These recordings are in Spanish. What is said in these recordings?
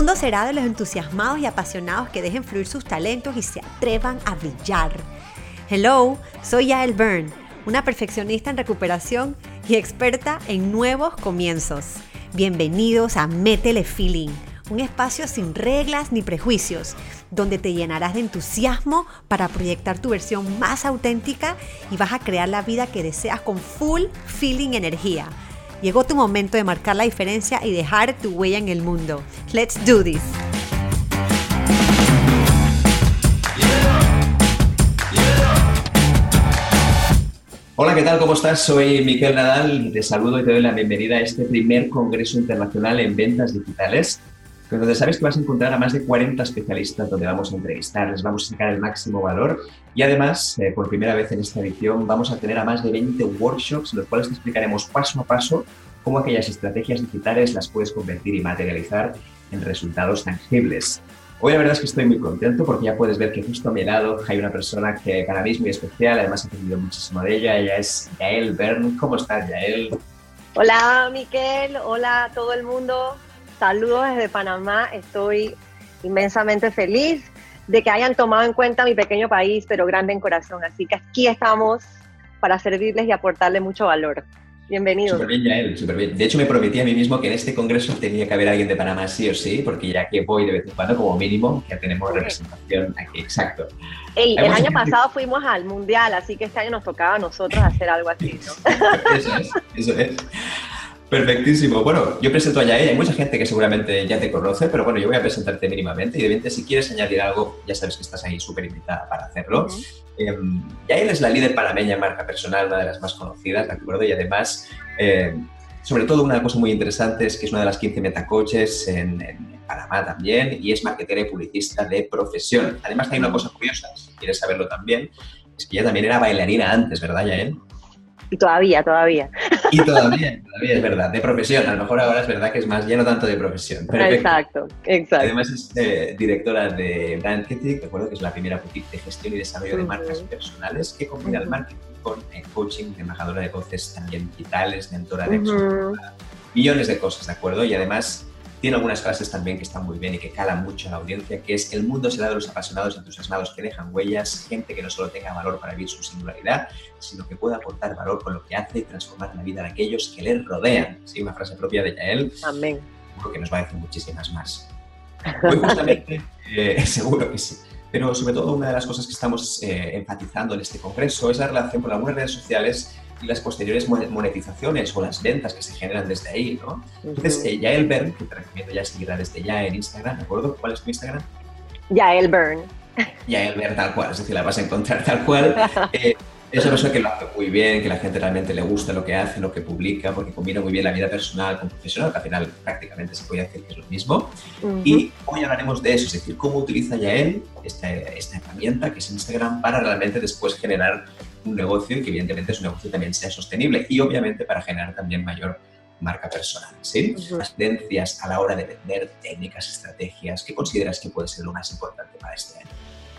mundo será de los entusiasmados y apasionados que dejen fluir sus talentos y se atrevan a brillar. Hello, soy Yael Byrne, una perfeccionista en recuperación y experta en nuevos comienzos. Bienvenidos a Métele Feeling, un espacio sin reglas ni prejuicios, donde te llenarás de entusiasmo para proyectar tu versión más auténtica y vas a crear la vida que deseas con full feeling energía. Llegó tu momento de marcar la diferencia y dejar tu huella en el mundo. Let's do this. Hola, ¿qué tal? ¿Cómo estás? Soy Miquel Nadal y te saludo y te doy la bienvenida a este primer Congreso Internacional en Ventas Digitales, donde sabes que vas a encontrar a más de 40 especialistas donde vamos a entrevistar, les vamos a sacar el máximo valor y además, por primera vez en esta edición, vamos a tener a más de 20 workshops en los cuales te explicaremos paso a paso cómo aquellas estrategias digitales las puedes convertir y materializar en resultados tangibles. Hoy la verdad es que estoy muy contento porque ya puedes ver que justo a mi lado hay una persona que para mí es muy especial, además he aprendido muchísimo de ella. Ella es Yael Byrne. ¿Cómo estás, Yael? Hola, Miquel. Hola a todo el mundo. Saludos desde Panamá. Estoy inmensamente feliz de que hayan tomado en cuenta mi pequeño país, pero grande en corazón. Así que aquí estamos para servirles y aportarles mucho valor. Bienvenidos. Súper bien, Yael, súper bien. De hecho, me prometí a mí mismo que en este congreso tenía que haber alguien de Panamá sí o sí, porque ya que voy de vez en cuando, como mínimo, ya tenemos representación aquí. Exacto. El año pasado fuimos al Mundial, así que este año nos tocaba a nosotros hacer algo así, ¿no? Eso es. Perfectísimo. Bueno, yo presento a Yael. Hay mucha gente que seguramente ya te conoce, pero bueno, yo voy a presentarte mínimamente y de repente si quieres añadir algo, ya sabes que estás ahí súper invitada para hacerlo. Yael es la líder panameña en marca personal, una de las más conocidas, ¿de acuerdo? Y además, sobre todo una cosa muy interesante es que es una de las 15 metacoaches en Panamá también y es marketera y publicista de profesión. Además, hay una cosa curiosa, si quieres saberlo también, es que ella también era bailarina antes, ¿verdad, Yael? Y todavía. Y todavía es verdad, de profesión. A lo mejor ahora es verdad que es más, ya no tanto de profesión. Perfecto. Exacto. Además es directora de Brand Ethic, recuerdo que es la primera boutique de gestión y desarrollo de marcas personales que combina el marketing con el coaching, de embajadora de voces también digitales, mentora de millones de cosas, ¿de acuerdo? Y además tiene algunas frases también que están muy bien y que calan mucho a la audiencia, que es: el mundo será de los apasionados y entusiasmados que dejan huellas, gente que no solo tenga valor para vivir su singularidad, sino que pueda aportar valor con lo que hace y transformar la vida de aquellos que les rodean. Sí, una frase propia de Yael. Amén. Seguro que nos va a decir muchísimas más. Hoy justamente, seguro que sí. Pero sobre todo una de las cosas que estamos enfatizando en este congreso es la relación con algunas redes sociales y las posteriores monetizaciones o las ventas que se generan desde ahí, ¿no? Entonces, Yael Byrne, que te recomiendo ya seguirla desde ya en Instagram, ¿de acuerdo? ¿Cuál es tu Instagram? Yael Byrne. Yael Byrne tal cual, es decir, la vas a encontrar tal cual. Es una persona que lo hace muy bien, que la gente realmente le gusta lo que hace, lo que publica, porque combina muy bien la vida personal con profesional, que al final prácticamente se puede decir que es lo mismo. Y hoy hablaremos de eso, es decir, cómo utiliza Yael esta herramienta que es Instagram para realmente después generar un negocio y que evidentemente su negocio también sea sostenible y obviamente para generar también mayor marca personal, ¿sí? Las tendencias a la hora de vender, técnicas, estrategias, ¿qué consideras que puede ser lo más importante para este año?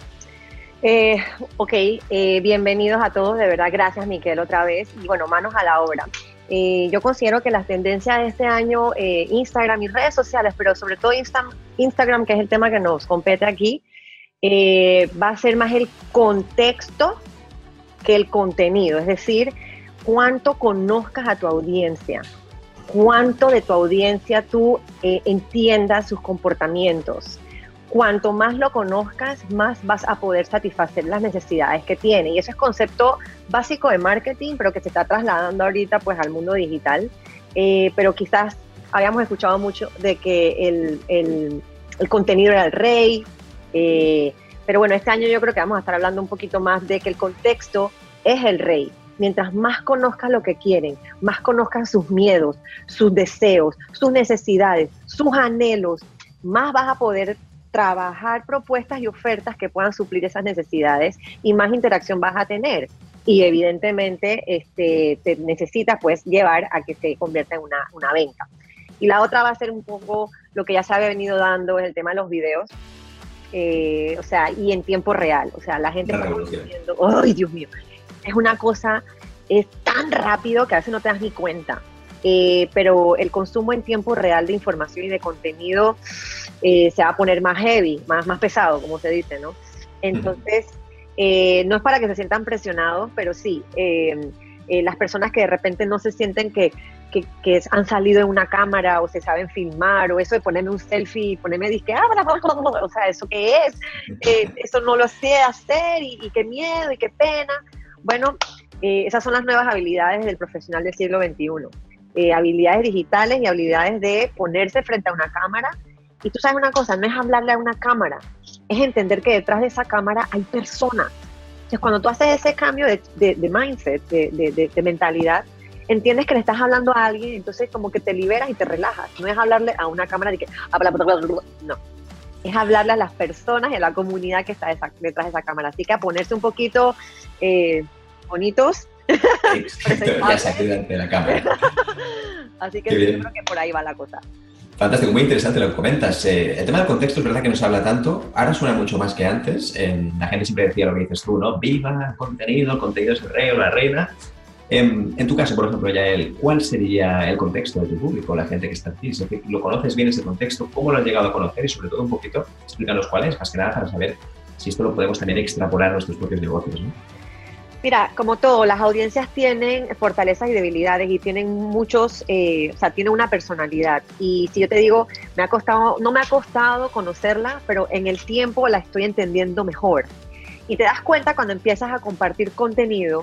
Bienvenidos a todos, de verdad, gracias Miquel otra vez, y bueno, manos a la obra. Yo considero que las tendencias de este año, Instagram y redes sociales, pero sobre todo Instagram, que es el tema que nos compete aquí, va a ser más el contexto que el contenido, es decir, cuánto conozcas a tu audiencia, cuánto de tu audiencia tú entiendas sus comportamientos. Cuanto más lo conozcas, más vas a poder satisfacer las necesidades que tiene. Y ese es concepto básico de marketing, pero que se está trasladando ahorita pues al mundo digital. Pero quizás habíamos escuchado mucho de que el contenido era el rey. Pero bueno, este año yo creo que vamos a estar hablando un poquito más de que el contexto es el rey. Mientras más conozcas lo que quieren, más conozcas sus miedos, sus deseos, sus necesidades, sus anhelos, más vas a poder trabajar propuestas y ofertas que puedan suplir esas necesidades y más interacción vas a tener. Y evidentemente te necesitas pues llevar a que se convierta en una venta. Y la otra va a ser un poco lo que ya se había venido dando, es el tema de los videos. O sea, y en tiempo real. O sea, la gente está diciendo, ¡ay, Dios mío! Es una cosa, es tan rápido que a veces no te das ni cuenta. pero el consumo en tiempo real de información y de contenido se va a poner más heavy, más pesado, como se dice, ¿no? Entonces, no es para que se sientan presionados, pero sí, las personas que de repente no se sienten que han salido en una cámara o se saben filmar, o eso de ponerme un selfie y ponerme disque, o sea, ¿eso qué es? Eso no lo sé hacer y qué miedo y qué pena. Bueno, esas son las nuevas habilidades del profesional del siglo XXI. Habilidades digitales y habilidades de ponerse frente a una cámara. Y tú sabes una cosa, no es hablarle a una cámara, es entender que detrás de esa cámara hay personas. Entonces, cuando tú haces ese cambio de mindset, de mentalidad, entiendes que le estás hablando a alguien, entonces como que te liberas y te relajas. No es hablarle a una cámara de que... No, es hablarle a las personas y a la comunidad que está detrás de esa cámara. Así que a ponerse un poquito bonitos. Exacto, ya se delante de la cámara. Así que yo creo que por ahí va la cosa. Fantástico, muy interesante lo que comentas. El tema del contexto es verdad que no se habla tanto, ahora suena mucho más que antes. La gente siempre decía lo que dices tú, ¿no? Viva el contenido es el rey o la reina. En tu caso, por ejemplo, Yael, ¿cuál sería el contexto de tu público, la gente que está aquí? Es decir, ¿lo conoces bien ese contexto? ¿Cómo lo has llegado a conocer? Y sobre todo un poquito, explícanos cuál es, más que nada para saber si esto lo podemos también extrapolar a nuestros propios negocios, ¿no? Mira, como todo, las audiencias tienen fortalezas y debilidades y tienen tienen una personalidad. Y si yo te digo, no me ha costado conocerla, pero en el tiempo la estoy entendiendo mejor. Y te das cuenta cuando empiezas a compartir contenido,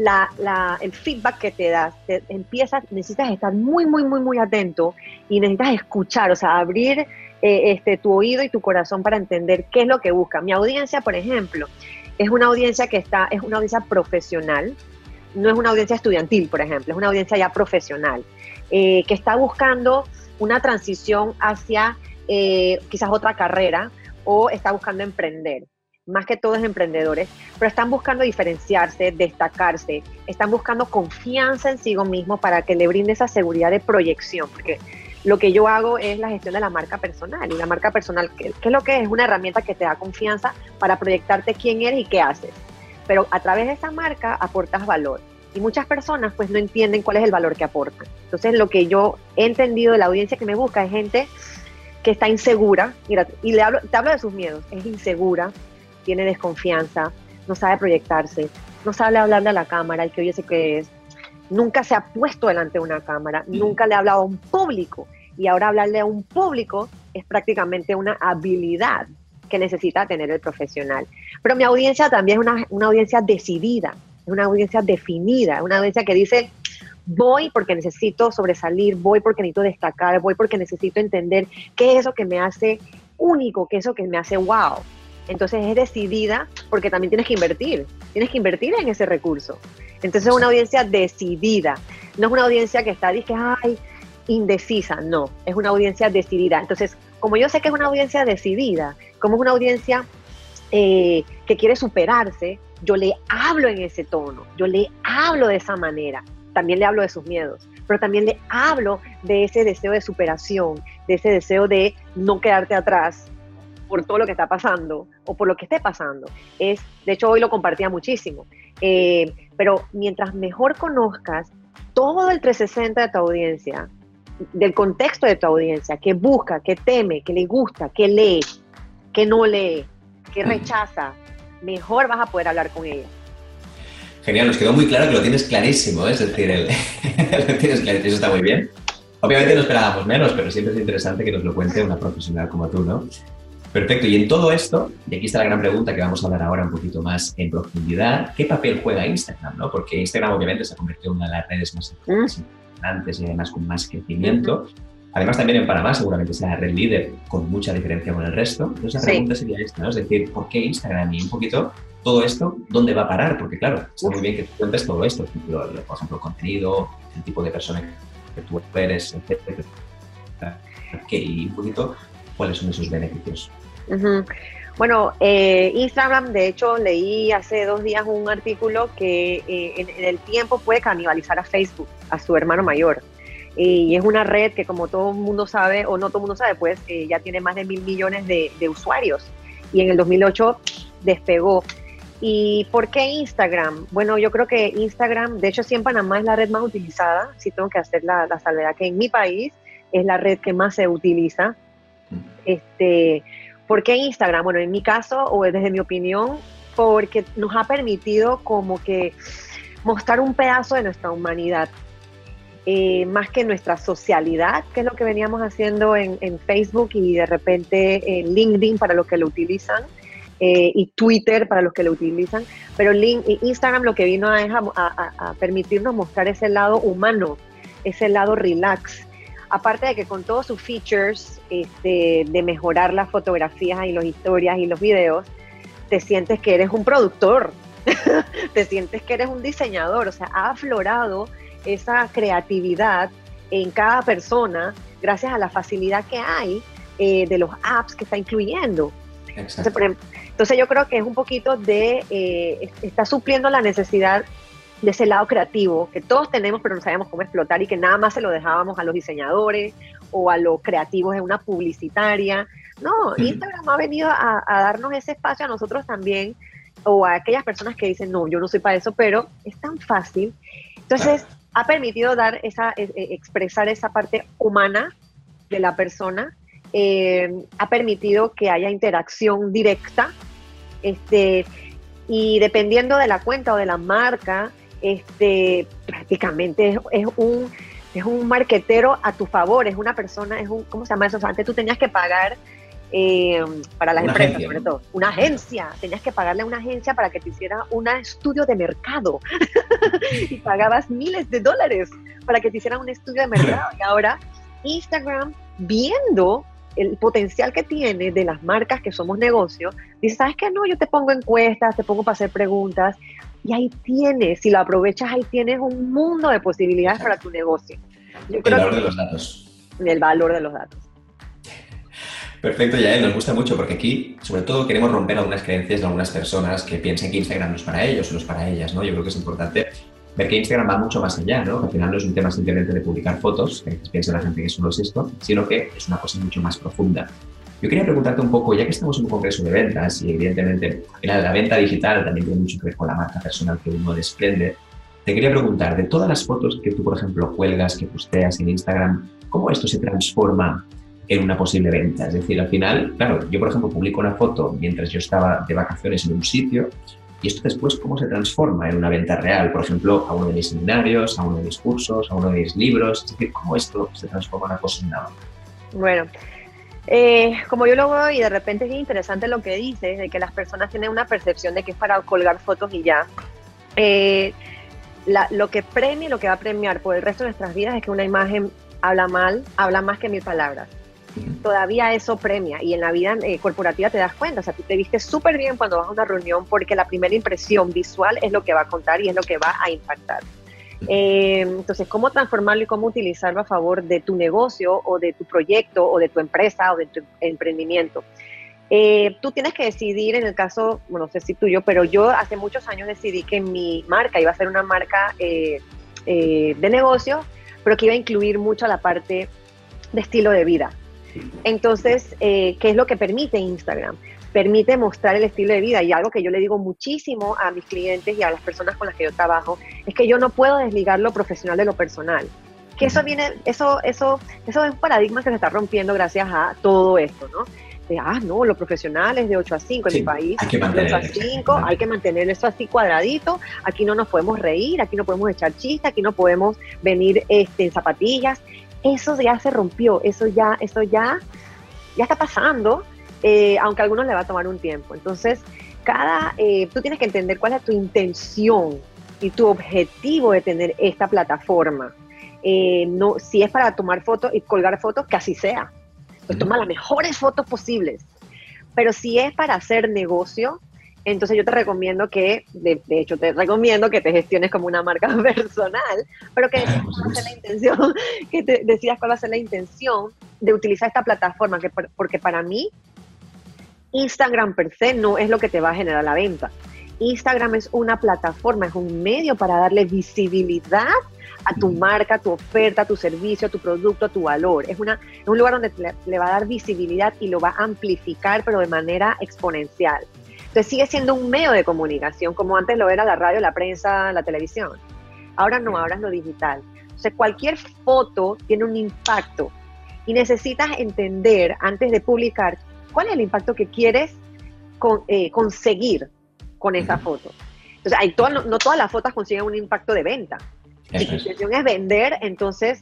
el feedback que te das, necesitas estar muy, muy, muy, muy atento y necesitas escuchar, o sea, abrir tu oído y tu corazón para entender qué es lo que busca. Mi audiencia, por ejemplo, es una audiencia es una audiencia profesional, no es una audiencia estudiantil, por ejemplo, es una audiencia ya profesional, que está buscando una transición hacia quizás otra carrera o está buscando emprender. Más que todo es emprendedores, pero están buscando diferenciarse, destacarse, están buscando confianza en sí mismo para que le brinde esa seguridad de proyección, porque lo que yo hago es la gestión de la marca personal, y la marca personal, ¿qué es lo que es? Es una herramienta que te da confianza para proyectarte quién eres y qué haces, pero a través de esa marca aportas valor, y muchas personas pues no entienden cuál es el valor que aportan. Entonces lo que yo he entendido de la audiencia que me busca es gente que está insegura, mira, y te hablo de sus miedos, es insegura, tiene desconfianza, no sabe proyectarse, no sabe hablarle a la cámara, el que oye sé qué es, nunca se ha puesto delante de una cámara, nunca le ha hablado a un público, y ahora hablarle a un público es prácticamente una habilidad que necesita tener el profesional. Pero mi audiencia también es una audiencia decidida, es una audiencia definida, es una audiencia que dice, voy porque necesito sobresalir, voy porque necesito destacar, voy porque necesito entender qué es eso que me hace único, qué es eso que me hace wow. Entonces es decidida porque también tienes que invertir en ese recurso. Entonces es una audiencia decidida, no es una audiencia que está, dice, ay, indecisa, no, es una audiencia decidida. Entonces, como yo sé que es una audiencia decidida, como es una audiencia que quiere superarse, yo le hablo en ese tono, yo le hablo de esa manera, también le hablo de sus miedos, pero también le hablo de ese deseo de superación, de ese deseo de no quedarte atrás por todo lo que está pasando o por lo que esté pasando. De hecho, hoy lo compartía muchísimo. Pero mientras mejor conozcas todo el 360 de tu audiencia, del contexto de tu audiencia, qué busca, qué teme, qué le gusta, qué lee, qué no lee, qué rechaza, mejor vas a poder hablar con ella. Genial, nos quedó muy claro que lo tienes clarísimo, ¿eh? Es decir, lo tienes clarísimo, eso está muy bien. Obviamente no esperábamos menos, pero siempre es interesante que nos lo cuente una profesional como tú, ¿no? Perfecto, y en todo esto, y aquí está la gran pregunta que vamos a hablar ahora un poquito más en profundidad, ¿qué papel juega Instagram, ¿no? Porque Instagram obviamente se ha convertido en una de las redes más importantes y además con más crecimiento. Además también en Panamá seguramente sea la red líder con mucha diferencia con el resto. Entonces la pregunta sería esta, ¿no? Es decir, ¿por qué Instagram? Y un poquito todo esto, ¿dónde va a parar? Porque claro, está muy bien que tú cuentes todo esto, por ejemplo, el contenido, el tipo de persona que tú eres, etcétera. Y un poquito, ¿cuáles son esos beneficios? Bueno, Instagram, de hecho, leí hace 2 días un artículo que en el tiempo puede canibalizar a Facebook, a su hermano mayor. Y es una red que, como todo el mundo sabe, o no todo el mundo sabe, pues ya tiene más de 1.000 millones de usuarios. Y en el 2008 despegó. ¿Y por qué Instagram? Bueno, yo creo que Instagram, de hecho, sí en Panamá es la red más utilizada. Sí tengo que hacer la salvedad que en mi país es la red que más se utiliza. ¿Por qué Instagram? Bueno, en mi caso, o desde mi opinión, porque nos ha permitido como que mostrar un pedazo de nuestra humanidad, más que nuestra socialidad, que es lo que veníamos haciendo en Facebook y de repente en LinkedIn para los que lo utilizan, y Twitter para los que lo utilizan, pero Instagram lo que vino a permitirnos mostrar ese lado humano, ese lado relax. Aparte de que con todos sus features de mejorar las fotografías y las historias y los videos, te sientes que eres un productor, te sientes que eres un diseñador, o sea, ha aflorado esa creatividad en cada persona gracias a la facilidad que hay de los apps que está incluyendo. Entonces, por ejemplo, yo creo que es un poquito está supliendo la necesidad de ese lado creativo que todos tenemos pero no sabíamos cómo explotar y que nada más se lo dejábamos a los diseñadores o a los creativos en una publicitaria. No, Instagram ha venido a darnos ese espacio a nosotros también, o a aquellas personas que dicen, no, yo no soy para eso, pero es tan fácil. Entonces, ha permitido expresar esa parte humana de la persona, ha permitido que haya interacción directa, y dependiendo de la cuenta o de la marca, prácticamente es un marquetero a tu favor, es una persona, ¿cómo se llama eso? O sea, antes tú tenías que pagar para las empresas, agencia, sobre todo, una agencia, tenías que pagarle a una agencia para que te hiciera un estudio de mercado y pagabas miles de dólares para que te hicieran un estudio de mercado. Y ahora Instagram, viendo el potencial que tiene de las marcas que somos negocio, dice, ¿sabes qué? No, yo te pongo encuestas, te pongo para hacer preguntas, y ahí tienes, si lo aprovechas, ahí tienes un mundo de posibilidades para tu negocio. El valor de los datos. El valor de los datos. Perfecto, Yael, nos gusta mucho porque aquí, sobre todo, queremos romper algunas creencias de algunas personas que piensan que Instagram no es para ellos o no es para ellas, ¿no? Yo creo que es importante ver que Instagram va mucho más allá, ¿no? Que al final no es un tema simplemente de publicar fotos, que piensa la gente que solo es esto, sino que es una cosa mucho más profunda. Yo quería preguntarte un poco, ya que estamos en un congreso de ventas y evidentemente al final la venta digital también tiene mucho que ver con la marca personal que uno desprende, te quería preguntar, de todas las fotos que tú, por ejemplo, cuelgas, que posteas en Instagram, ¿cómo esto se transforma en una posible venta? Es decir, al final, claro, yo, por ejemplo, publico una foto mientras yo estaba de vacaciones en un sitio y esto después, ¿cómo se transforma en una venta real? Por ejemplo, a uno de mis seminarios, a uno de mis cursos, a uno de mis libros. Es decir, ¿cómo esto se transforma en una cosa en nada? Bueno, como yo lo veo, y de repente es interesante lo que dices, de que las personas tienen una percepción de que es para colgar fotos y ya. Lo que premia y lo que va a premiar por el resto de nuestras vidas es que una imagen habla más que 1000 palabras. Todavía eso premia, y en la vida corporativa te das cuenta, o sea, tú te vistes súper bien cuando vas a una reunión porque la primera impresión visual es lo que va a contar y es lo que va a impactar. Entonces, ¿cómo transformarlo y cómo utilizarlo a favor de tu negocio o de tu proyecto o de tu empresa o de tu emprendimiento? Tú tienes que decidir, en el caso, bueno, no sé si tuyo, pero yo hace muchos años decidí que mi marca iba a ser una marca de negocio, pero que iba a incluir mucho la parte de estilo de vida. Entonces, ¿qué es lo que permite Instagram? Permite mostrar el estilo de vida, y algo que yo le digo muchísimo a mis clientes y a las personas con las que yo trabajo es que yo no puedo desligar lo profesional de lo personal. Que eso es un paradigma que se está rompiendo gracias a todo esto, ¿no? No, lo profesional es de 8 a 5 en mi país, de 8 a 5, hay que mantener eso así cuadradito, aquí no nos podemos reír, aquí no podemos echar chistes, aquí no podemos venir en zapatillas. Eso ya se rompió, eso ya está pasando, aunque a algunos le va a tomar un tiempo. Entonces, tú tienes que entender cuál es tu intención y tu objetivo de tener esta plataforma. No, si es para tomar fotos y colgar fotos, que así sea. Pues toma las mejores fotos posibles. Pero si es para hacer negocio, entonces yo te recomiendo de hecho te recomiendo que te gestiones como una marca personal, pero que decidas cuál va a ser la intención, decidas cuál va a ser la intención de utilizar esta plataforma, porque para mí Instagram per se no es lo que te va a generar la venta. Instagram es una plataforma, es un medio para darle visibilidad a tu marca, a tu oferta, a tu servicio, a tu producto, a tu valor. Es un lugar donde le va a dar visibilidad y lo va a amplificar, pero de manera exponencial. Entonces sigue siendo un medio de comunicación, como antes lo era la radio, la prensa, la televisión. Ahora no, ahora es lo digital. Entonces cualquier foto tiene un impacto y necesitas entender antes de publicar cuál es el impacto que quieres conseguir con esa foto. Entonces, no todas las fotos consiguen un impacto de venta. Si tu intención es vender, entonces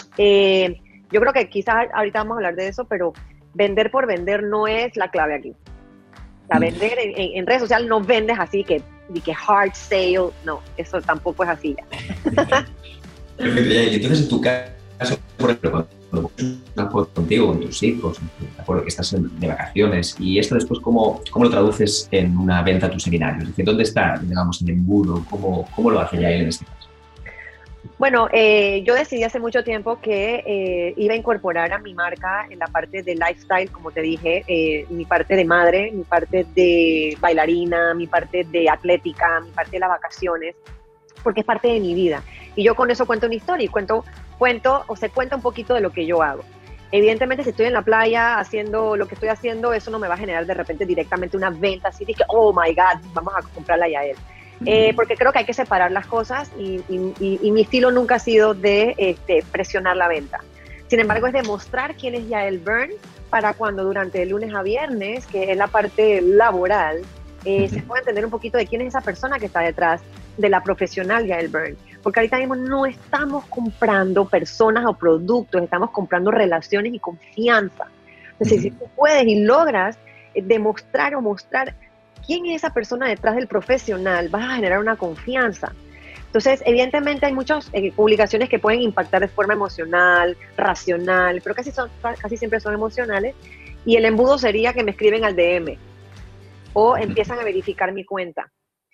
yo creo que quizás ahorita vamos a hablar de eso, pero vender por vender no es la clave aquí. O sea, vender en redes sociales no vendes así que hard sale, no, eso tampoco es así. Perfecto, y entonces en tu caso, por ejemplo, cuando una foto contigo, con tus hijos, de acuerdo que estás de vacaciones, y esto después, ¿cómo lo traduces en una venta a tus seminarios? Es decir, ¿dónde está, digamos, el embudo? ¿Cómo lo hace Yael en este caso? Bueno, yo decidí hace mucho tiempo que iba a incorporar a mi marca en la parte de lifestyle, como te dije, mi parte de madre, mi parte de bailarina, mi parte de atlética, mi parte de las vacaciones, porque es parte de mi vida. Y yo con eso cuento una historia y se cuenta un poquito de lo que yo hago. Evidentemente, si estoy en la playa haciendo lo que estoy haciendo, eso no me va a generar de repente directamente una venta así de que, oh my God, vamos a comprarla a Yael. Porque creo que hay que separar las cosas y mi estilo nunca ha sido de presionar la venta. Sin embargo, es demostrar quién es Yael Byrne para cuando durante el lunes a viernes, que es la parte laboral, se pueda entender un poquito de quién es esa persona que está detrás de la profesional Yael Byrne. Porque ahorita mismo no estamos comprando personas o productos, estamos comprando relaciones y confianza. Entonces, si tú puedes y logras demostrar o mostrar quién es esa persona detrás del profesional, vas a generar una confianza. Entonces, evidentemente hay muchas publicaciones que pueden impactar de forma emocional, racional, pero casi siempre son emocionales. Y el embudo sería que me escriben al DM o empiezan a verificar mi cuenta.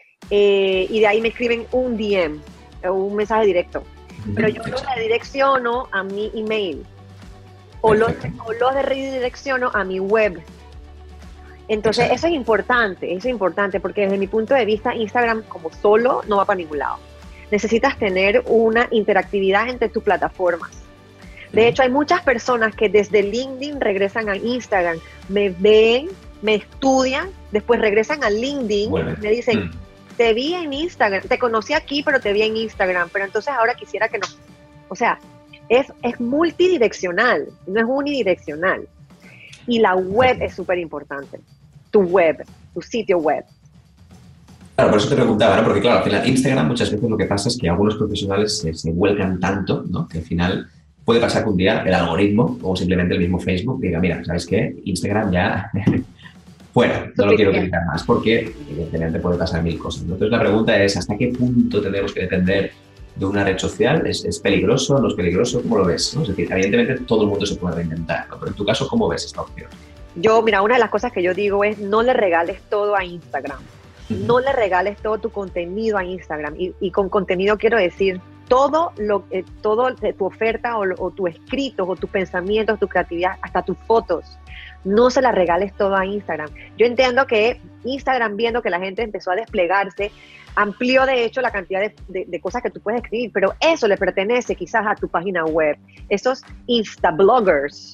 Y de ahí me escriben un DM, un mensaje directo. Pero yo los redirecciono a mi email o los redirecciono a mi web. Entonces, eso es importante porque desde mi punto de vista, Instagram como solo no va para ningún lado. Necesitas tener una interactividad entre tus plataformas. De hecho, hay muchas personas que desde LinkedIn regresan a Instagram, me ven, me estudian, después regresan a LinkedIn y me dicen, te vi en Instagram, te conocí aquí, pero te vi en Instagram, pero entonces ahora quisiera que nos... O sea, es multidireccional, no es unidireccional. Y la web es súper importante. Tu web, tu sitio web. Claro, por eso te preguntaba, ¿no? Porque claro, al final Instagram muchas veces lo que pasa es que algunos profesionales se vuelcan tanto, ¿no? Que al final puede pasar que un día el algoritmo o simplemente el mismo Facebook diga, mira, ¿sabes qué? Instagram ya fuera, no lo quiero utilizar más, porque evidentemente puede pasar mil cosas. Entonces la pregunta es, ¿hasta qué punto tenemos que depender de una red social? ¿Es peligroso? ¿No es peligroso? ¿Cómo lo ves? ¿No? Es decir, evidentemente todo el mundo se puede reinventar, ¿no? Pero en tu caso, ¿cómo ves esta opción? Mira, una de las cosas que yo digo es no le regales todo a Instagram. No le regales todo tu contenido a Instagram. Y con contenido quiero decir todo de tu oferta o tu escrito o tus pensamientos, tu creatividad, hasta tus fotos. No se la regales todo a Instagram. Yo entiendo que Instagram, viendo que la gente empezó a desplegarse, amplió de hecho la cantidad de cosas que tú puedes escribir, pero eso le pertenece quizás a tu página web. Esos Instabloggers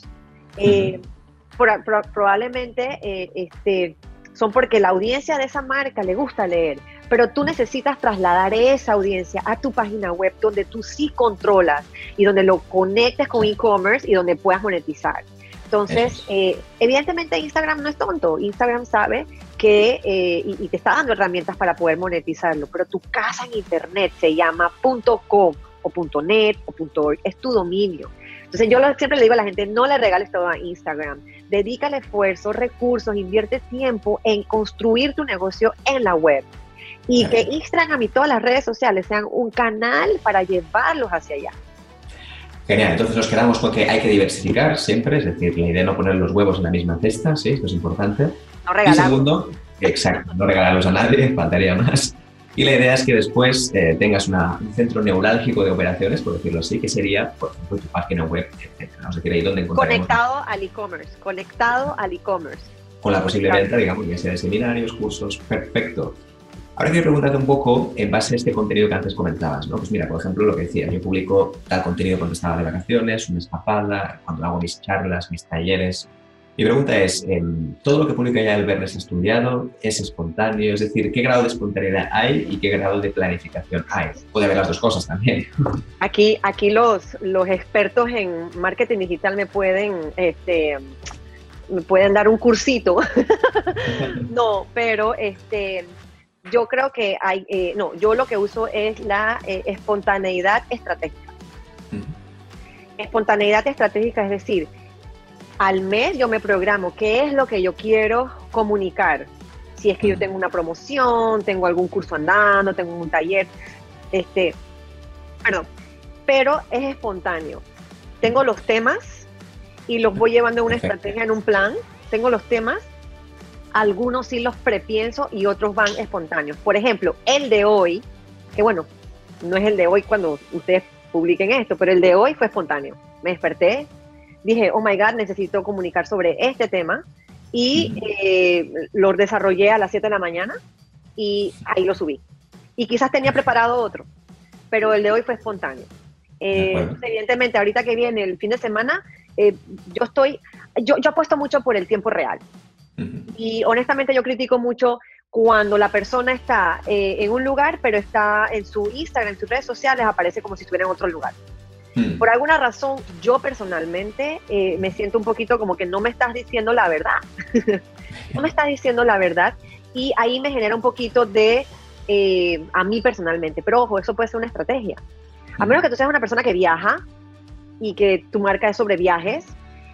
probablemente son porque la audiencia de esa marca le gusta leer, pero tú necesitas trasladar esa audiencia a tu página web donde tú sí controlas y donde lo conectes con e-commerce y donde puedas monetizar. Entonces, evidentemente Instagram no es tonto. Instagram sabe que, y te está dando herramientas para poder monetizarlo, pero tu casa en internet se llama .com o .net o .org, es tu dominio. Entonces yo siempre le digo a la gente, no le regales todo a Instagram, dedícale esfuerzo, recursos, invierte tiempo en construir tu negocio en la web. Y que Instagram y todas las redes sociales sean un canal para llevarlos hacia allá. Genial, entonces nos quedamos con que hay que diversificar siempre, es decir, la idea de no poner los huevos en la misma cesta, sí, esto es importante. No regalarlos. Y segundo, exacto, no regalarlos a nadie, faltaría más. Y la idea es que después tengas un centro neurálgico de operaciones, por decirlo así, que sería, por ejemplo, tu página web, etcétera. No sé qué ahí donde encontraremos. Conectado al e-commerce. Con la posible venta, digamos, ya sea de seminarios, cursos, perfecto. Ahora quiero preguntarte un poco en base a este contenido que antes comentabas, ¿no? Pues mira, por ejemplo, lo que decía, yo publico tal contenido cuando estaba de vacaciones, una escapada, cuando hago mis charlas, mis talleres. Mi pregunta es, ¿todo lo que publica ya Albert es estudiado, es espontáneo? Es decir, ¿qué grado de espontaneidad hay y qué grado de planificación hay? Puede haber las dos cosas también. Aquí los expertos en marketing digital me pueden dar un cursito. No, pero yo creo que yo lo que uso es la espontaneidad estratégica. Espontaneidad estratégica, es decir, al mes yo me programo qué es lo que yo quiero comunicar. Si es que yo tengo una promoción, tengo algún curso andando, tengo un taller, pero es espontáneo. Tengo los temas y los voy llevando en una estrategia, en un plan. Tengo los temas, algunos sí los prepienso y otros van espontáneos. Por ejemplo, el de hoy, que bueno, no es el de hoy cuando ustedes publiquen esto, pero el de hoy fue espontáneo. Me desperté, dije, oh my God, necesito comunicar sobre este tema y lo desarrollé a las 7 de la mañana y ahí lo subí. Y quizás tenía preparado otro, pero el de hoy fue espontáneo. Evidentemente, ahorita que viene el fin de semana, yo apuesto mucho por el tiempo real. Y honestamente yo critico mucho cuando la persona está en un lugar, pero está en su Instagram, en sus redes sociales, aparece como si estuviera en otro lugar. Por alguna razón, yo personalmente me siento un poquito como que no me estás diciendo la verdad. No me estás diciendo la verdad y ahí me genera un poquito de, a mí personalmente, pero ojo, eso puede ser una estrategia. A menos que tú seas una persona que viaja y que tu marca es sobre viajes,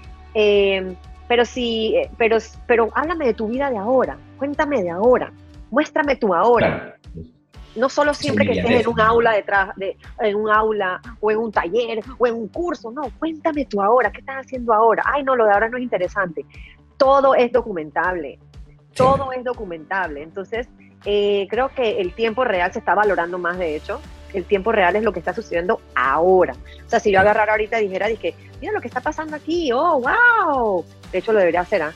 pero háblame de tu vida de ahora, cuéntame de ahora, muéstrame tu ahora. Claro. No solo siempre que estés en un aula en un aula o en un taller o en un curso, no, cuéntame tu ahora, ¿qué estás haciendo ahora? Ay, no, lo de ahora no es interesante. Todo es documentable, todo es documentable. Entonces, creo que el tiempo real se está valorando más, de hecho. El tiempo real es lo que está sucediendo ahora. O sea, si yo agarrara ahorita y dijera, dije, mira lo que está pasando aquí, oh, wow. De hecho, lo debería hacer, ¿ah?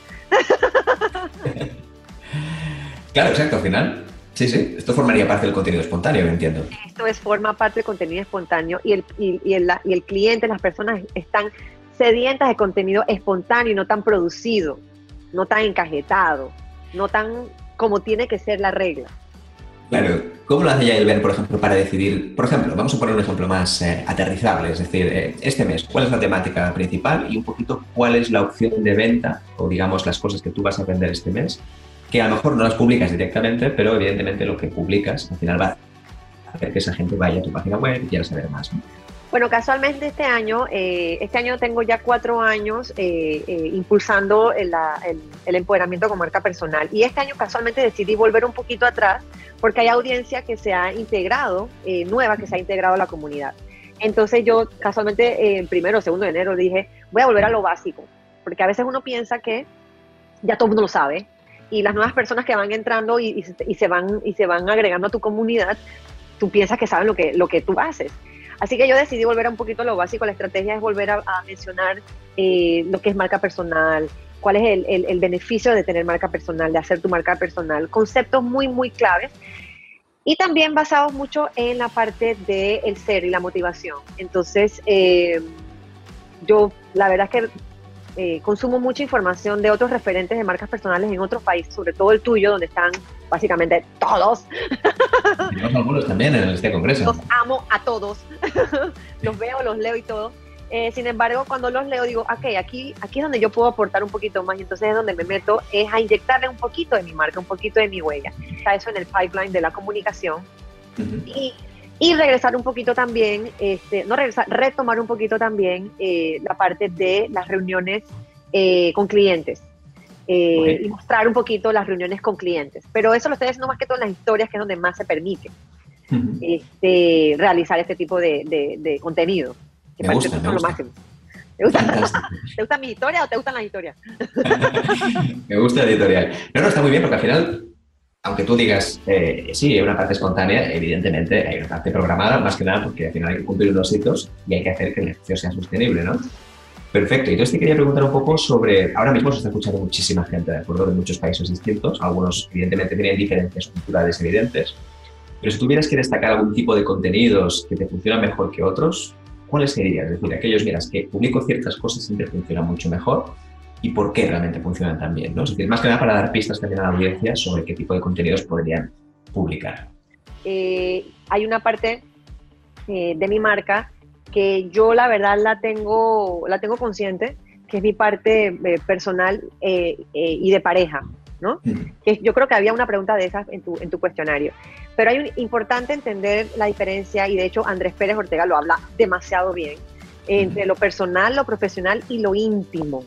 Claro, exacto, al final. Sí, esto formaría parte del contenido espontáneo, me entiendo. Forma parte del contenido espontáneo y el cliente, las personas están sedientas de contenido espontáneo y no tan producido, no tan encajetado, no tan como tiene que ser la regla. Claro, ¿cómo lo hace ya Albert, por ejemplo, para decidir? Por ejemplo, vamos a poner un ejemplo más aterrizable, es decir, este mes, ¿cuál es la temática principal y un poquito cuál es la opción de venta o, digamos, las cosas que tú vas a vender este mes? Que a lo mejor no las publicas directamente, pero evidentemente lo que publicas al final va a hacer que esa gente vaya a tu página web y quiera saber más, ¿no? Bueno, casualmente este año tengo ya 4 años impulsando el empoderamiento con marca personal. Y este año casualmente decidí volver un poquito atrás porque hay audiencia que se ha integrado, nueva que se ha integrado a la comunidad. Entonces yo casualmente el 1 o 2 de enero dije, voy a volver a lo básico. Porque a veces uno piensa que ya todo el mundo lo sabe. Y las nuevas personas que van entrando y se van agregando a tu comunidad, tú piensas que saben lo que tú haces. Así que yo decidí volver a un poquito a lo básico. La estrategia es volver a mencionar lo que es marca personal, cuál es el beneficio de tener marca personal, de hacer tu marca personal, conceptos muy, muy claves y también basados mucho en la parte del ser y la motivación. Entonces, yo la verdad es que consumo mucha información de otros referentes de marcas personales en otros países, sobre todo el tuyo, donde están básicamente todos. Tenemos algunos también en este congreso. Los amo a todos. Los veo, los leo y todo. Sin embargo, cuando los leo digo, ok, aquí es donde yo puedo aportar un poquito más y entonces es donde me meto, es a inyectarle un poquito de mi marca, un poquito de mi huella. Está eso en el pipeline de la comunicación. Y regresar un poquito también, retomar un poquito también la parte de las reuniones con clientes. Y mostrar un poquito las reuniones con clientes. Pero eso lo estoy haciendo más que todo en las historias, que es donde más se permite realizar este tipo de contenido. Que me gusta. Lo máximo. ¿Te gustan mis historias o te gustan las historias? Me gusta la editorial. No, está muy bien porque al final, aunque tú digas, sí, hay una parte espontánea, evidentemente hay una parte programada, más que nada porque al final hay que cumplir unos hitos y hay que hacer que el ejercicio sea sostenible, ¿no? Perfecto. Y entonces te quería preguntar un poco sobre, ahora mismo se está escuchando muchísima gente, ¿de acuerdo? De muchos países distintos, algunos evidentemente tienen diferencias culturales evidentes, pero si tuvieras que destacar algún tipo de contenidos que te funcionan mejor que otros, ¿cuáles serían? Es decir, aquellos, miras, que publico ciertas cosas y te funcionan mucho mejor, y por qué realmente funcionan tan bien, ¿no? Es decir, más que nada para dar pistas también a la audiencia sobre qué tipo de contenidos podrían publicar. Hay una parte de mi marca que yo la verdad la tengo consciente, que es mi parte personal y de pareja, ¿no? Que yo creo que había una pregunta de esas en tu cuestionario. Pero hay importante entender la diferencia, y de hecho Andrés Pérez Ortega lo habla demasiado bien, entre lo personal, lo profesional y lo íntimo.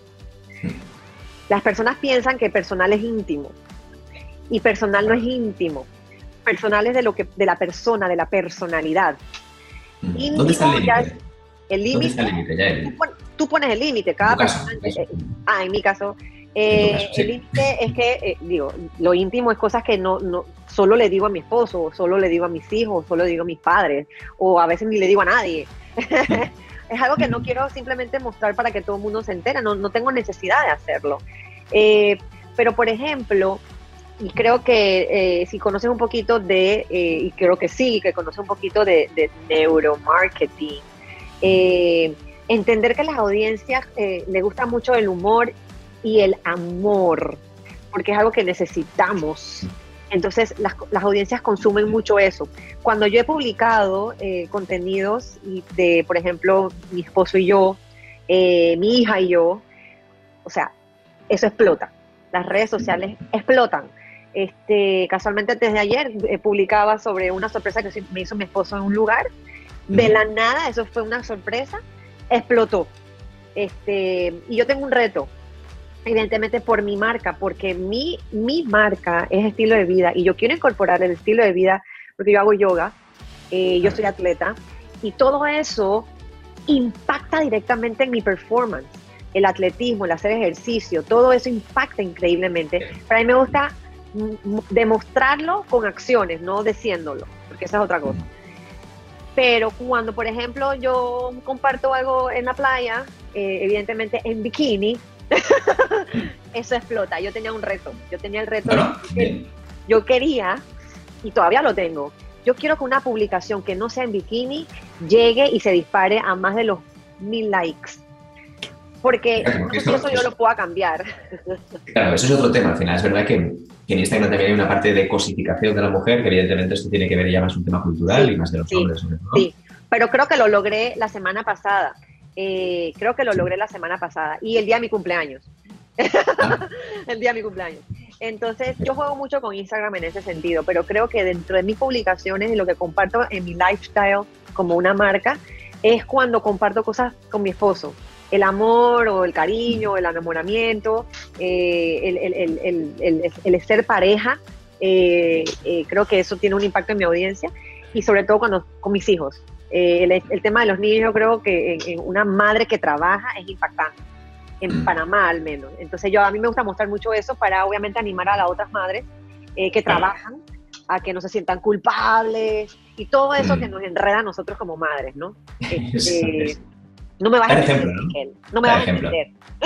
Las personas piensan que personal es íntimo, y personal no es íntimo. Personal es de la persona, de la personalidad. ¿Dónde está el límite? ¿Dónde está el límite, Yael? Tú pones el límite, cada persona. En mi caso. El límite es que, lo íntimo es cosas que no solo le digo a mi esposo, o solo le digo a mis hijos, o solo le digo a mis padres, o a veces ni le digo a nadie. Es algo que no quiero simplemente mostrar para que todo el mundo se entere, no tengo necesidad de hacerlo. Pero, por ejemplo, y creo que si conoces un poquito y creo que sí, que conoces un poquito de neuromarketing, entender que a las audiencias les gusta mucho el humor y el amor, porque es algo que necesitamos. Entonces las audiencias consumen mucho eso. Cuando yo he publicado contenidos de, por ejemplo, mi esposo y yo, mi hija y yo, o sea, eso explota. Las redes sociales explotan. Casualmente antes de ayer publicaba sobre una sorpresa que me hizo mi esposo en un lugar. De la nada, eso fue una sorpresa, explotó. Y yo tengo un reto, evidentemente por mi marca, porque mi marca es estilo de vida, y yo quiero incorporar el estilo de vida porque yo hago yoga, yo soy atleta, y todo eso impacta directamente en mi performance. El atletismo, el hacer ejercicio, todo eso impacta increíblemente. Para mí me gusta demostrarlo con acciones, no diciéndolo, porque esa es otra cosa. Pero cuando, por ejemplo, yo comparto algo en la playa, evidentemente en bikini, eso explota. Yo tenía un reto. Yo tenía el reto yo quería, y todavía lo tengo, yo quiero que una publicación que no sea en bikini llegue y se dispare a más de los 1000 likes. Porque eso yo lo puedo cambiar. Claro, eso es otro tema. Al final es verdad que en Instagram también hay una parte de cosificación de la mujer, que evidentemente esto tiene que ver ya más un tema cultural y más de los hombres, sobre todo. Sí, pero creo que lo logré la semana pasada. Y el día de mi cumpleaños. El día de mi cumpleaños. Entonces, yo juego mucho con Instagram en ese sentido, pero creo que dentro de mis publicaciones y lo que comparto en mi lifestyle como una marca, es cuando comparto cosas con mi esposo. El amor o el cariño, el enamoramiento, el ser pareja, creo que eso tiene un impacto en mi audiencia, y sobre todo con mis hijos. El tema de los niños, yo creo que en una madre que trabaja es impactante, en Panamá al menos. Entonces a mí me gusta mostrar mucho eso para obviamente animar a las otras madres que trabajan, a que no se sientan culpables, y todo eso que nos enreda a nosotros como madres, ¿no? No me vas a entender, Miquel. No me vas a entender.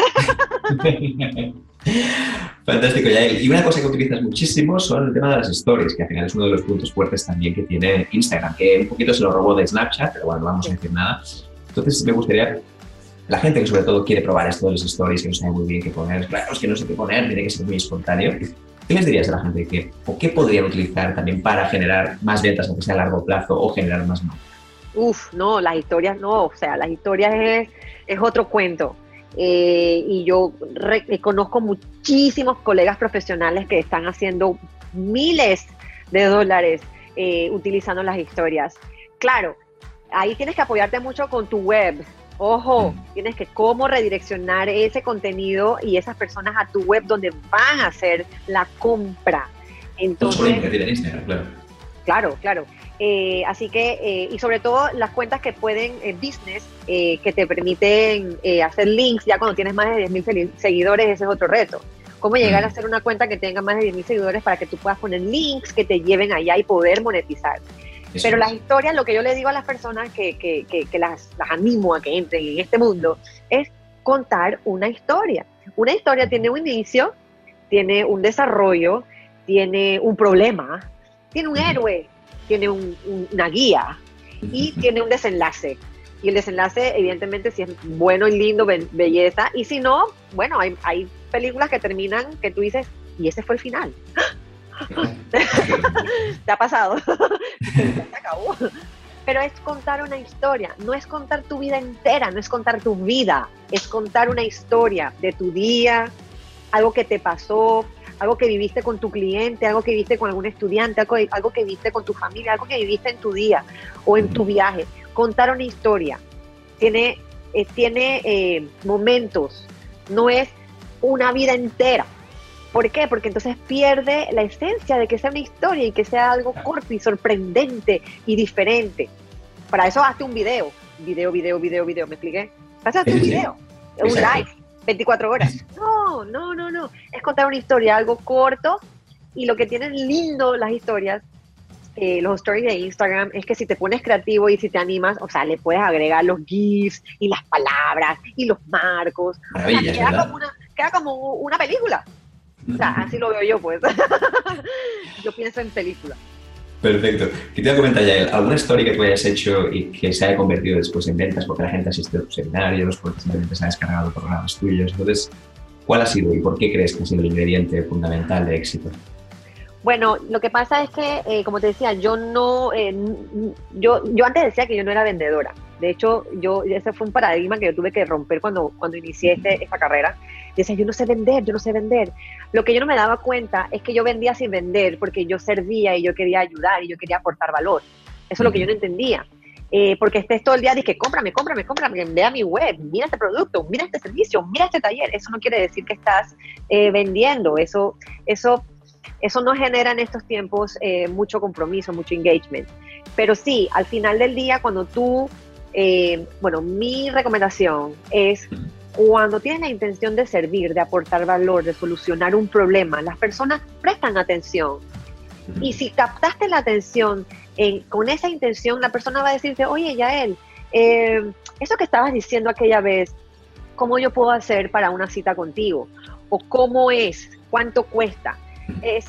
Fantástico, Yael. Y una cosa que utilizas muchísimo son el tema de las stories, que al final es uno de los puntos fuertes también que tiene Instagram, que un poquito se lo robó de Snapchat, pero bueno, no vamos a decir nada. Entonces me gustaría, la gente que sobre todo quiere probar esto de las stories, que no sabe muy bien qué poner, claro, es que no sé qué poner, tiene que ser muy espontáneo. ¿Qué les dirías a la gente o qué podrían utilizar también para generar más ventas, aunque sea a largo plazo, o generar más marca? No, las historias no, o sea, las historias es otro cuento. Y yo conozco muchísimos colegas profesionales que están haciendo miles de dólares utilizando las historias. Claro, ahí tienes que apoyarte mucho con tu web. Ojo, tienes que cómo redireccionar ese contenido y esas personas a tu web donde van a hacer la compra. Entonces, por invertir en Instagram, claro. Claro. Así que, y sobre todo las cuentas que pueden, business, que te permiten hacer links ya cuando tienes más de 10,000 seguidores, ese es otro reto. Cómo llegar a hacer una cuenta que tenga más de 10,000 seguidores para que tú puedas poner links que te lleven allá y poder monetizar. Pero las historias, lo que yo le digo a las personas que las animo a que entren en este mundo, es contar una historia. Una historia tiene un inicio, tiene un desarrollo, tiene un problema, tiene un héroe, tiene una guía y tiene un desenlace. Y el desenlace, evidentemente, si es bueno y lindo, belleza. Y si no, bueno, hay películas que terminan que tú dices, y ese fue el final. ¿Te ha pasado? Se acabó. Pero es contar una historia, no es contar tu vida entera, no es contar tu vida, es contar una historia de tu día, algo que te pasó, algo que viviste con tu cliente, algo que viviste con algún estudiante, algo que viviste con tu familia, algo que viviste en tu día o en tu viaje. Contar una historia tiene momentos, no es una vida entera. ¿Por qué? Porque entonces pierde la esencia de que sea una historia y que sea algo corto y sorprendente y diferente. Para eso hazte un video. Video, ¿me expliqué? Hazte un video, un live, 24 horas. No. Es contar una historia, algo corto, y lo que tienen lindo las historias, los stories de Instagram, es que si te pones creativo y si te animas, o sea, le puedes agregar los GIFs y las palabras y los marcos. Maravilla, o sea, queda como una película. O sea, así lo veo yo, pues. Yo pienso en película. Perfecto. ¿Qué te voy a comentar, Yael? ¿Alguna historia que tú hayas hecho y que se haya convertido después en ventas porque la gente asiste a tus seminarios, porque simplemente se ha descargado programas tuyos? Entonces, ¿cuál ha sido y por qué crees que ha sido el ingrediente fundamental de éxito? Bueno, lo que pasa es que, como te decía, yo antes decía que yo no era vendedora. De hecho, ese fue un paradigma que yo tuve que romper cuando inicié esta carrera. Decía, yo no sé vender. Lo que yo no me daba cuenta es que yo vendía sin vender porque yo servía y yo quería ayudar y yo quería aportar valor. Eso es lo que yo no entendía. Porque estés todo el día diciendo, cómprame, vea mi web, mira este producto, mira este servicio, mira este taller. Eso no quiere decir que estás vendiendo. Eso no genera en estos tiempos mucho compromiso, mucho engagement. Pero sí, al final del día, cuando tú, mi recomendación es, cuando tienes la intención de servir, de aportar valor, de solucionar un problema, las personas prestan atención. Y si captaste la atención con esa intención, la persona va a decirte, oye, Yael, eso que estabas diciendo aquella vez, ¿cómo yo puedo hacer para una cita contigo? ¿O cómo es? ¿Cuánto cuesta? Es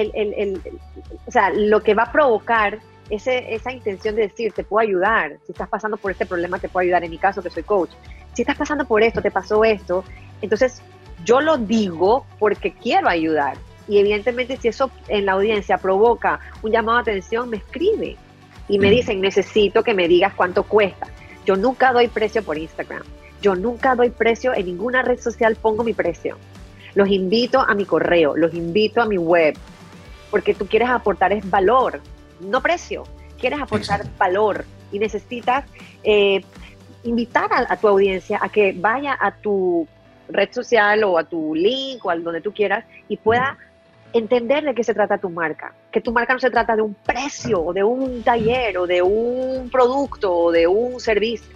o sea, lo que va a provocar esa intención de decir, te puedo ayudar, si estás pasando por este problema te puedo ayudar, en mi caso que soy coach, si estás pasando por esto, te pasó esto, entonces yo lo digo porque quiero ayudar, y evidentemente si eso en la audiencia provoca un llamado de atención, me escribe y me dicen, necesito que me digas cuánto cuesta. Yo nunca doy precio por Instagram, yo nunca doy precio en ninguna red social, pongo mi precio. Los invito a mi correo, los invito a mi web, porque tú quieres aportar es valor, no precio, quieres aportar valor y necesitas invitar a tu audiencia a que vaya a tu red social o a tu link o a donde tú quieras y pueda entender de qué se trata tu marca, que tu marca no se trata de un precio o de un taller o de un producto o de un servicio.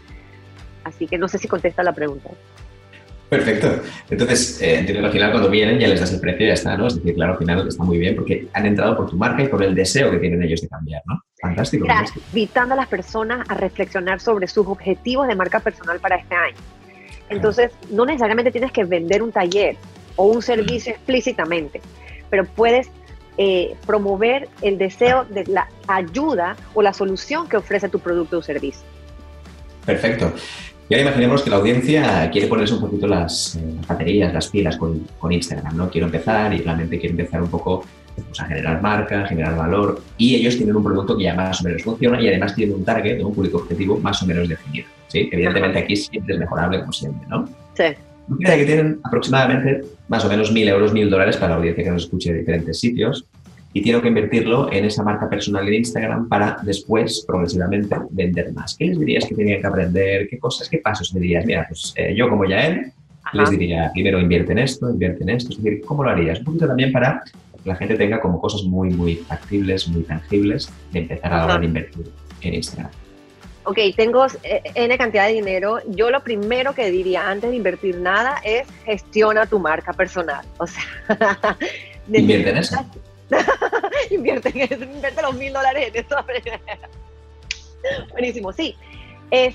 Así que no sé si contesta la pregunta. Perfecto. Entonces, entiendo que al final cuando vienen ya les das el precio y ya está, ¿no? Es decir, claro, al final está muy bien porque han entrado por tu marca y por el deseo que tienen ellos de cambiar, ¿no? Fantástico. Gracias. Invitando a las personas a reflexionar sobre sus objetivos de marca personal para este año. Entonces, no necesariamente tienes que vender un taller o un servicio explícitamente, pero puedes promover el deseo de la ayuda o la solución que ofrece tu producto o servicio. Perfecto. Y ahora imaginemos que la audiencia quiere ponerse un poquito las baterías, las pilas con Instagram, ¿no? Quiero empezar y realmente quiero empezar un poco pues, a generar marca, a generar valor, y ellos tienen un producto que ya más o menos funciona y además tienen un target, un público objetivo más o menos definido, ¿sí? Evidentemente aquí siempre es mejorable como siempre, ¿no? Sí. Fíjate que tienen aproximadamente más o menos 1.000 euros, 1.000 dólares para la audiencia que nos escuche de diferentes sitios y tienen que invertirlo en esa marca personal en Instagram para después, progresivamente, vender más. ¿Qué les dirías que tenían que aprender? ¿Qué cosas, qué pasos me dirías? Mira, pues yo como Yael les diría, primero invierte en esto. Es decir, ¿cómo lo harías? Un poquito también para que la gente tenga como cosas muy, muy factibles, muy tangibles de empezar a ahora a invertir en Instagram. Ok, tengo N cantidad de dinero. Yo lo primero que diría antes de invertir nada es gestiona tu marca personal. O sea, invierte en eso. Invierte los $1.000 en eso. Buenísimo, sí. Es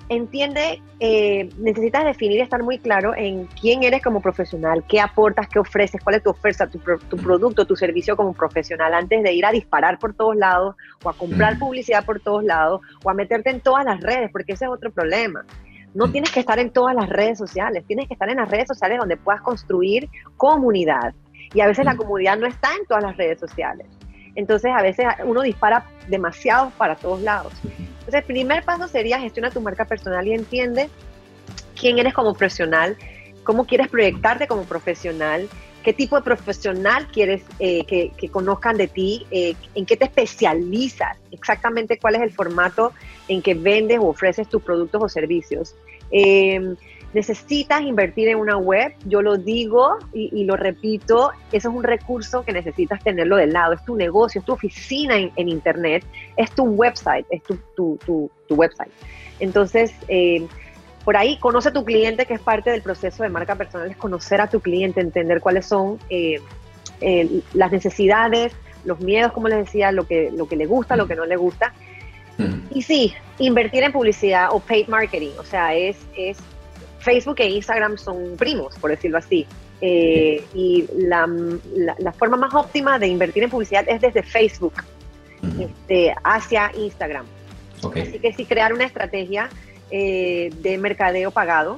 entiende, necesitas definir y estar muy claro en quién eres como profesional, qué aportas, qué ofreces, cuál es tu oferta, tu producto, tu servicio como profesional, antes de ir a disparar por todos lados o a comprar publicidad por todos lados o a meterte en todas las redes, porque ese es otro problema. No tienes que estar en todas las redes sociales, tienes que estar en las redes sociales donde puedas construir comunidad. Y a veces la comunidad no está en todas las redes sociales. Entonces, a veces uno dispara demasiado para todos lados. Entonces, el primer paso sería gestiona tu marca personal y entiende quién eres como profesional, cómo quieres proyectarte como profesional, qué tipo de profesional quieres que conozcan de ti, en qué te especializas, exactamente cuál es el formato en que vendes o ofreces tus productos o servicios. Necesitas invertir en una web, yo lo digo y lo repito, eso es un recurso que necesitas tenerlo de lado, es tu negocio, es tu oficina en internet, es tu website, es tu website. Entonces, por ahí, conoce a tu cliente, que es parte del proceso de marca personal, es conocer a tu cliente, entender cuáles son las necesidades, los miedos, como les decía, lo que le gusta, lo que no le gusta. Y sí, invertir en publicidad o paid marketing, o sea, es Facebook e Instagram son primos, por decirlo así. Y la forma más óptima de invertir en publicidad es desde Facebook hacia Instagram. Okay. Así que sí, crear una estrategia de mercadeo pagado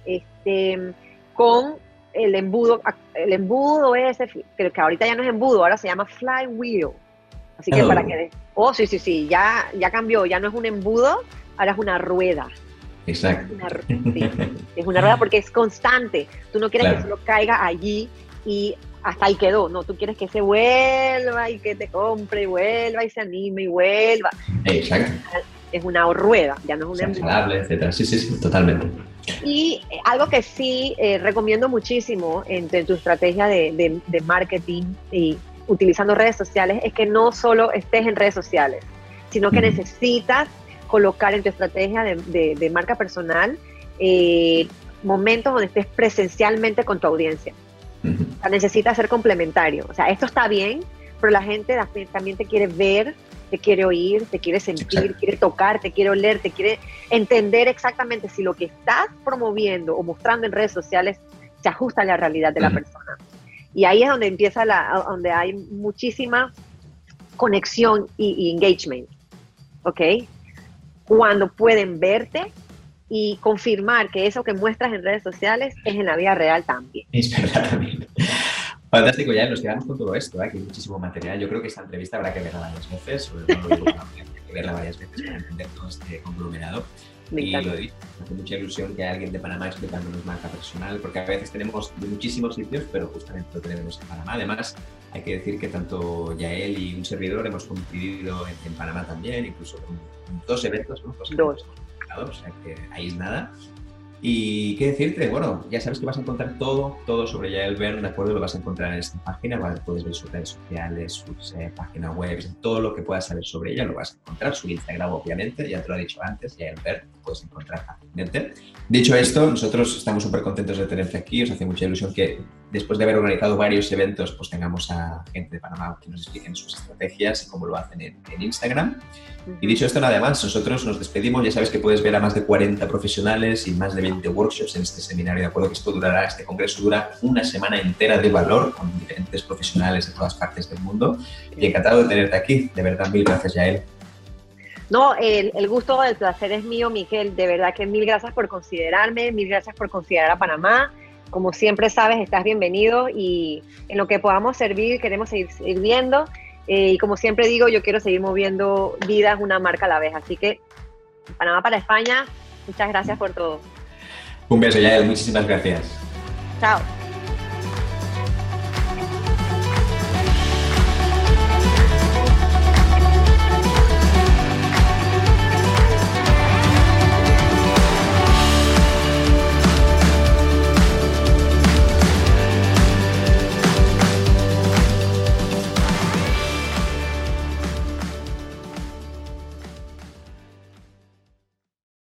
con el embudo ese, que ahorita ya no es embudo, ahora se llama flywheel. Así que para que... sí, ya cambió, ya no es un embudo, ahora es una rueda. Exacto. Es una rueda porque es constante. Tú no quieres que solo caiga allí y hasta ahí quedó. No, tú quieres que se vuelva y que te compre y vuelva y se anime y vuelva. Exacto. Es una rueda, ya no es un embudo. Etcétera. Sí, totalmente. Y algo que sí recomiendo muchísimo en tu estrategia de marketing y utilizando redes sociales es que no solo estés en redes sociales, sino que necesitas colocar en tu estrategia de marca personal momentos donde estés presencialmente con tu audiencia. O sea, necesita ser complementario. O sea, esto está bien, pero la gente también te quiere ver, te quiere oír, te quiere sentir, quiere tocar, te quiere oler, te quiere entender exactamente si lo que estás promoviendo o mostrando en redes sociales se ajusta a la realidad de la persona. Y ahí es donde empieza donde hay muchísima conexión y engagement. ¿Ok? Cuando pueden verte y confirmar que eso que muestras en redes sociales es en la vida real también. Es verdad también. Fantástico, ya nos quedamos con todo esto, que hay muchísimo material. Yo creo que esta entrevista habrá que verla varias veces, sobre todo habrá que verla varias veces para entender todo este conglomerado. Y lo he dicho, me hace mucha ilusión que haya alguien de Panamá explicándonos marca personal, porque a veces tenemos de muchísimos sitios, pero justamente lo tenemos en Panamá. Además, hay que decir que tanto Yael y un servidor hemos coincidido en Panamá también, incluso con 2 eventos, ¿no? Dos. O sea que ahí es nada. Y qué decirte, bueno, ya sabes que vas a encontrar todo sobre Yael Bern, ¿de acuerdo? Lo vas a encontrar en esta página, puedes ver sus redes sociales, su página web, todo lo que puedas saber sobre ella lo vas a encontrar, su Instagram obviamente, ya te lo he dicho antes, Yael Bern, lo puedes encontrar fácilmente. Dicho esto, nosotros estamos súper contentos de tenerte aquí, os hace mucha ilusión que después de haber organizado varios eventos, pues tengamos a gente de Panamá que nos expliquen sus estrategias y cómo lo hacen en Instagram. Y dicho esto, nada más, nosotros nos despedimos. Ya sabes que puedes ver a más de 40 profesionales y más de 20 workshops en este seminario. De acuerdo que este congreso dura una semana entera de valor con diferentes profesionales de todas partes del mundo. Y encantado de tenerte aquí. De verdad, mil gracias, Yael. No, el gusto, el placer es mío, Miquel. De verdad que mil gracias por considerarme, mil gracias por considerar a Panamá. Como siempre sabes, estás bienvenido y en lo que podamos servir queremos seguir sirviendo. Y como siempre digo, yo quiero seguir moviendo vidas una marca a la vez. Así que, Panamá para España, muchas gracias por todo. Un beso, Yael. Muchísimas gracias. Chao.